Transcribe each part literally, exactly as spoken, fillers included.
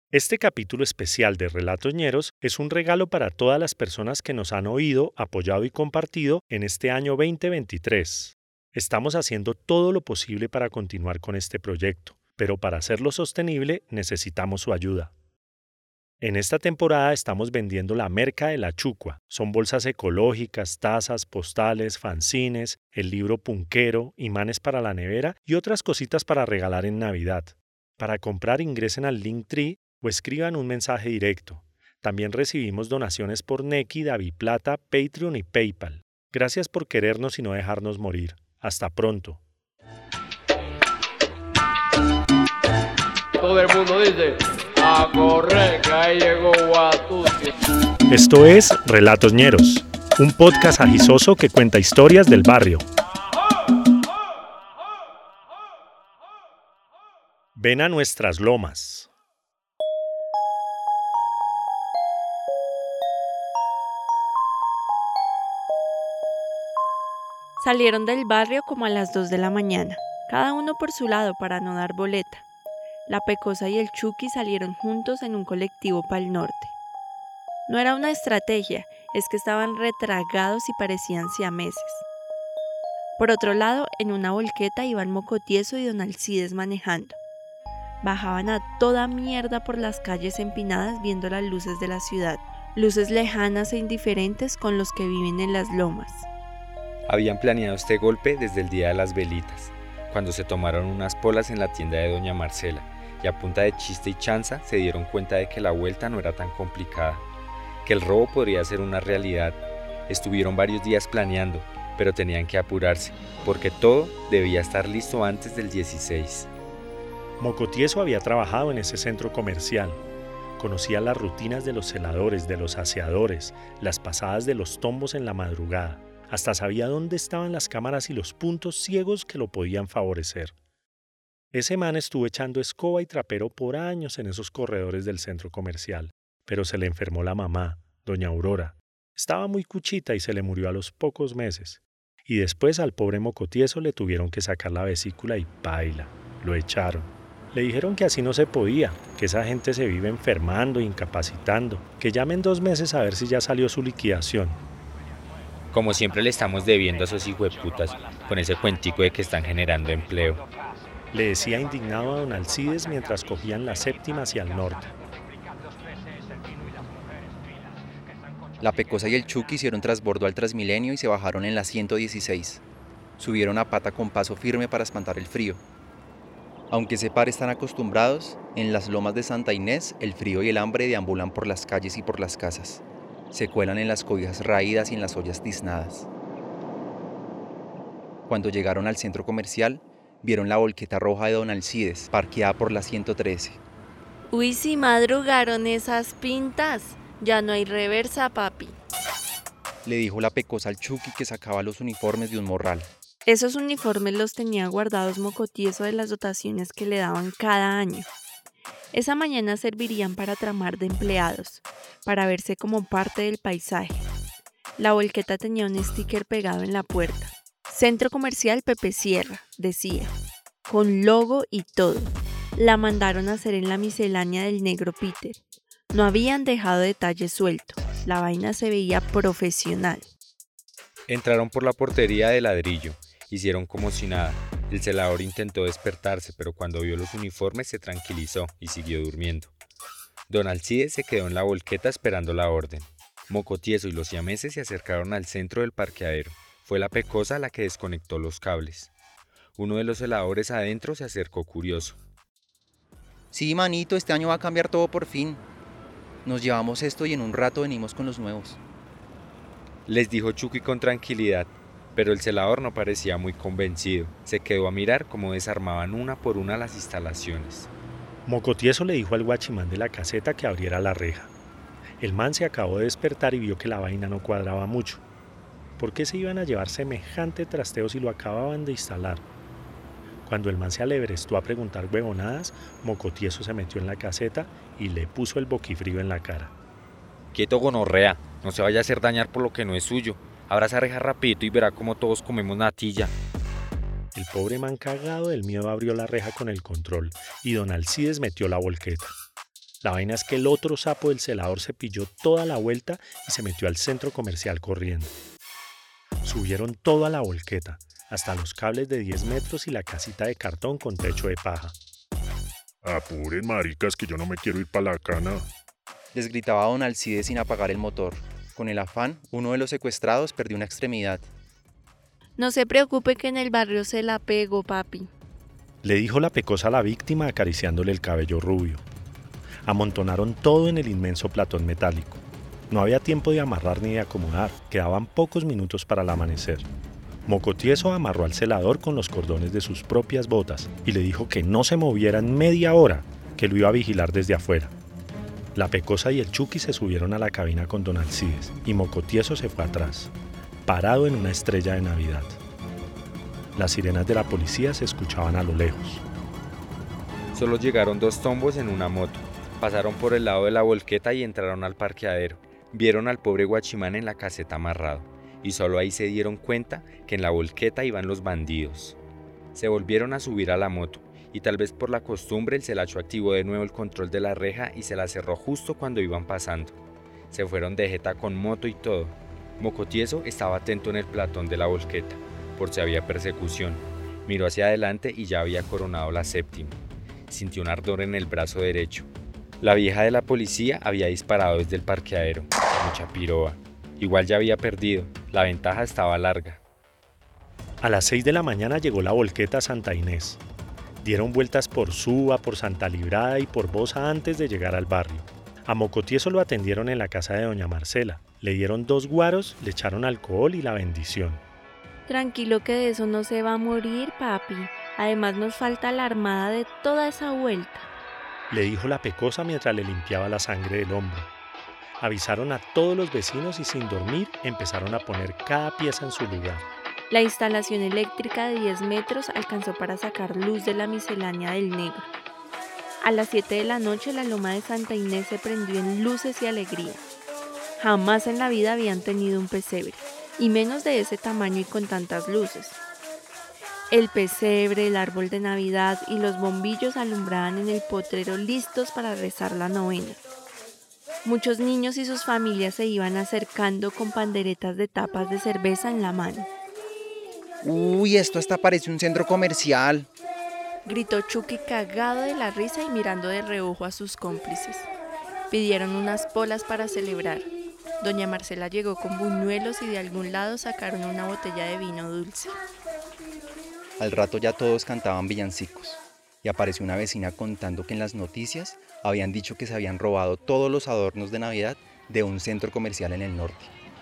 Este capítulo especial de Relatos Ñeros es un regalo para todas las personas que nos han oído, apoyado y compartido en este año veinte veintitrés. Estamos haciendo todo lo posible para continuar con este proyecto, pero para hacerlo sostenible necesitamos su ayuda. En esta temporada estamos vendiendo la merca de la Chucua. Son bolsas ecológicas, tazas, postales, fanzines, el libro punquero, imanes para la nevera y otras cositas para regalar en Navidad. Para comprar ingresen al Linktree o escriban un mensaje directo. También recibimos donaciones por Nequi, Daviplata, Patreon y PayPal. Gracias por querernos y no dejarnos morir. Hasta pronto. Todo el mundo dice, a correr, que ahí llegó Guatusi. Esto es Relatos Ñeros, un podcast agisoso que cuenta historias del barrio. Ven a nuestras lomas. Salieron del barrio como a las dos de la mañana, cada uno por su lado para no dar boleta. La Pecosa y el Chucky salieron juntos en un colectivo para el norte. No era una estrategia, es que estaban retragados y parecían siameses. Por otro lado, en una volqueta iban Mocotieso y Don Alcides manejando. Bajaban a toda mierda por las calles empinadas viendo las luces de la ciudad, luces lejanas e indiferentes con los que viven en las lomas. Habían planeado este golpe desde el día de las velitas, cuando se tomaron unas polas en la tienda de doña Marcela, y a punta de chiste y chanza se dieron cuenta de que la vuelta no era tan complicada, que el robo podría ser una realidad. Estuvieron varios días planeando, pero tenían que apurarse, porque todo debía estar listo antes del dieciséis. Mocotieso había trabajado en ese centro comercial. Conocía las rutinas de los celadores, de los aseadores, las pasadas de los tombos en la madrugada. Hasta sabía dónde estaban las cámaras y los puntos ciegos que lo podían favorecer. Ese man estuvo echando escoba y trapero por años en esos corredores del centro comercial, pero se le enfermó la mamá, doña Aurora. Estaba muy cuchita y se le murió a los pocos meses. Y después al pobre Mocotieso le tuvieron que sacar la vesícula y paila, lo echaron. Le dijeron que así no se podía, que esa gente se vive enfermando e incapacitando, que llamen dos meses a ver si ya salió su liquidación. Como siempre le estamos debiendo a esos hijueputas con ese cuentico de que están generando empleo. Le decía indignado a don Alcides mientras cogían la séptima hacia el norte. La Pecosa y el Chucky hicieron transbordo al Transmilenio y se bajaron en la ciento dieciséis. Subieron a pata con paso firme para espantar el frío. Aunque ese par están acostumbrados, en las lomas de Santa Inés el frío y el hambre deambulan por las calles y por las casas. Se cuelan en las cobijas raídas y en las ollas tiznadas. Cuando llegaron al centro comercial, vieron la volqueta roja de Don Alcides, parqueada por la ciento trece. Uy, si madrugaron esas pintas, ya no hay reversa, papi. Le dijo la Pecosa al Chucky que sacaba los uniformes de un morral. Esos uniformes los tenía guardados Mocotieso de las dotaciones que le daban cada año. Esa mañana servirían para tramar de empleados, para verse como parte del paisaje. La volqueta tenía un sticker pegado en la puerta. Centro Comercial Pepe Sierra, decía, con logo y todo. La mandaron a hacer en la miscelánea del negro Peter. No habían dejado detalle suelto. La vaina se veía profesional. Entraron por la portería de ladrillo, hicieron como si nada. El celador intentó despertarse, pero cuando vio los uniformes se tranquilizó y siguió durmiendo. Don Alcides se quedó en la volqueta esperando la orden. Mocotieso y los siameses se acercaron al centro del parqueadero. Fue la Pecosa la que desconectó los cables. Uno de los celadores adentro se acercó curioso. Sí, manito, este año va a cambiar todo por fin. Nos llevamos esto y en un rato venimos con los nuevos. Les dijo Chucky con tranquilidad. Pero el celador no parecía muy convencido. Se quedó a mirar cómo desarmaban una por una las instalaciones. Mocotieso le dijo al guachimán de la caseta que abriera la reja. El man se acabó de despertar y vio que la vaina no cuadraba mucho. ¿Por qué se iban a llevar semejante trasteo si lo acababan de instalar? Cuando el man se alebrestó a preguntar huevonadas, Mocotieso se metió en la caseta y le puso el boquifrío en la cara. Quieto, gonorrea, no se vaya a hacer dañar por lo que no es suyo. Abra esa reja rapidito y verá cómo todos comemos natilla. El pobre man cagado del miedo abrió la reja con el control y don Alcides metió la volqueta. La vaina es que el otro sapo del celador se pilló toda la vuelta y se metió al centro comercial corriendo. Subieron toda la volqueta, hasta los cables de diez metros y la casita de cartón con techo de paja. Apuren, maricas, que yo no me quiero ir para la cana. Les gritaba don Alcides sin apagar el motor. Con el afán, uno de los secuestrados perdió una extremidad. No se preocupe que en el barrio se la pego, papi. Le dijo la pecosa a la víctima acariciándole el cabello rubio. Amontonaron todo en el inmenso platón metálico. No había tiempo de amarrar ni de acomodar, quedaban pocos minutos para el amanecer. Mocotieso amarró al celador con los cordones de sus propias botas y le dijo que no se moviera en media hora, que lo iba a vigilar desde afuera. La pecosa y el Chucky se subieron a la cabina con don Alcides y Mocotieso se fue atrás, parado en una estrella de Navidad. Las sirenas de la policía se escuchaban a lo lejos. Solo llegaron dos tombos en una moto. Pasaron por el lado de la volqueta y entraron al parqueadero. Vieron al pobre guachimán en la caseta amarrado, y solo ahí se dieron cuenta que en la volqueta iban los bandidos. Se volvieron a subir a la moto, y tal vez por la costumbre el celacho activó de nuevo el control de la reja y se la cerró justo cuando iban pasando. Se fueron de jeta con moto y todo. Mocotieso estaba atento en el platón de la volqueta, por si había persecución. Miró hacia adelante y ya había coronado la séptima. Sintió un ardor en el brazo derecho. La vieja de la policía había disparado desde el parqueadero. Mucha piroa. Igual ya había perdido. La ventaja estaba larga. A las seis de la mañana llegó la volqueta a Santa Inés. Dieron vueltas por Suba, por Santa Librada y por Bosa antes de llegar al barrio. A Mocotieso lo atendieron en la casa de doña Marcela. Le dieron dos guaros, le echaron alcohol y la bendición. Tranquilo que de eso no se va a morir, papi. Además nos falta la armada de toda esa vuelta. Le dijo la pecosa mientras le limpiaba la sangre del hombro. Avisaron a todos los vecinos y sin dormir empezaron a poner cada pieza en su lugar. La instalación eléctrica de diez metros alcanzó para sacar luz de la miscelánea del negro. A las siete de la noche la loma de Santa Inés se prendió en luces y alegría. Jamás en la vida habían tenido un pesebre, y menos de ese tamaño y con tantas luces. El pesebre, el árbol de Navidad y los bombillos alumbraban en el potrero listos para rezar la novena. Muchos niños y sus familias se iban acercando con panderetas de tapas de cerveza en la mano. ¡Uy, esto hasta parece un centro comercial!, gritó Chucky cagado de la risa y mirando de reojo a sus cómplices. Pidieron unas polas para celebrar. Doña Marcela llegó con buñuelos y de algún lado sacaron una botella de vino dulce. Al rato ya todos cantaban villancicos y apareció una vecina contando que en las noticias habían dicho que se habían robado todos los adornos de Navidad de un centro comercial en el norte.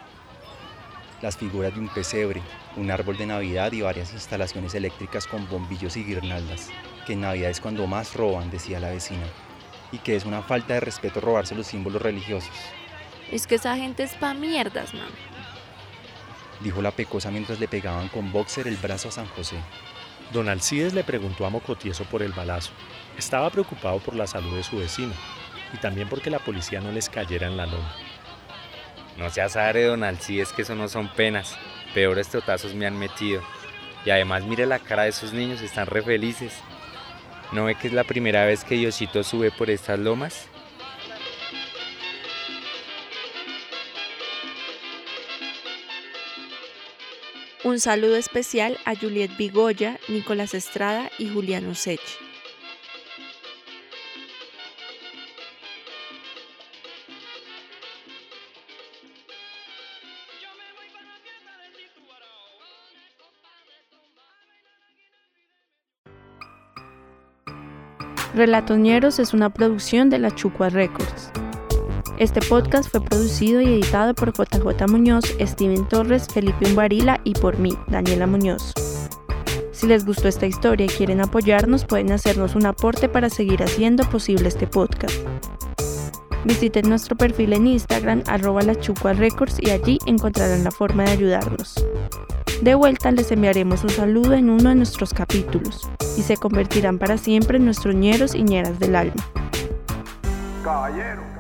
Las figuras de un pesebre, un árbol de Navidad y varias instalaciones eléctricas con bombillos y guirnaldas, que en Navidad es cuando más roban, decía la vecina, y que es una falta de respeto robarse los símbolos religiosos. Es que esa gente es pa' mierdas, mamá, dijo la pecosa mientras le pegaban con boxer el brazo a San José. Don Alcides le preguntó a Mocotieso por el balazo. Estaba preocupado por la salud de su vecino y también porque la policía no les cayera en la loma. No se azare, don Alcides, que eso no son penas. Peores totazos me han metido. Y además mire la cara de esos niños, están re felices. ¿No ve que es la primera vez que Diosito sube por estas lomas? Un saludo especial a Juliet Vigoya, Nicolás Estrada y Julián Usechi. Relatoñeros es una producción de la Chucua Records. Este podcast fue producido y editado por J J Muñoz, Steven Torres, Felipe Umbarila y por mí, Daniela Muñoz. Si les gustó esta historia y quieren apoyarnos, pueden hacernos un aporte para seguir haciendo posible este podcast. Visiten nuestro perfil en Instagram, arroba la Chucua Records, y allí encontrarán la forma de ayudarnos. De vuelta les enviaremos un saludo en uno de nuestros capítulos y se convertirán para siempre en nuestros ñeros y ñeras del alma. Caballero.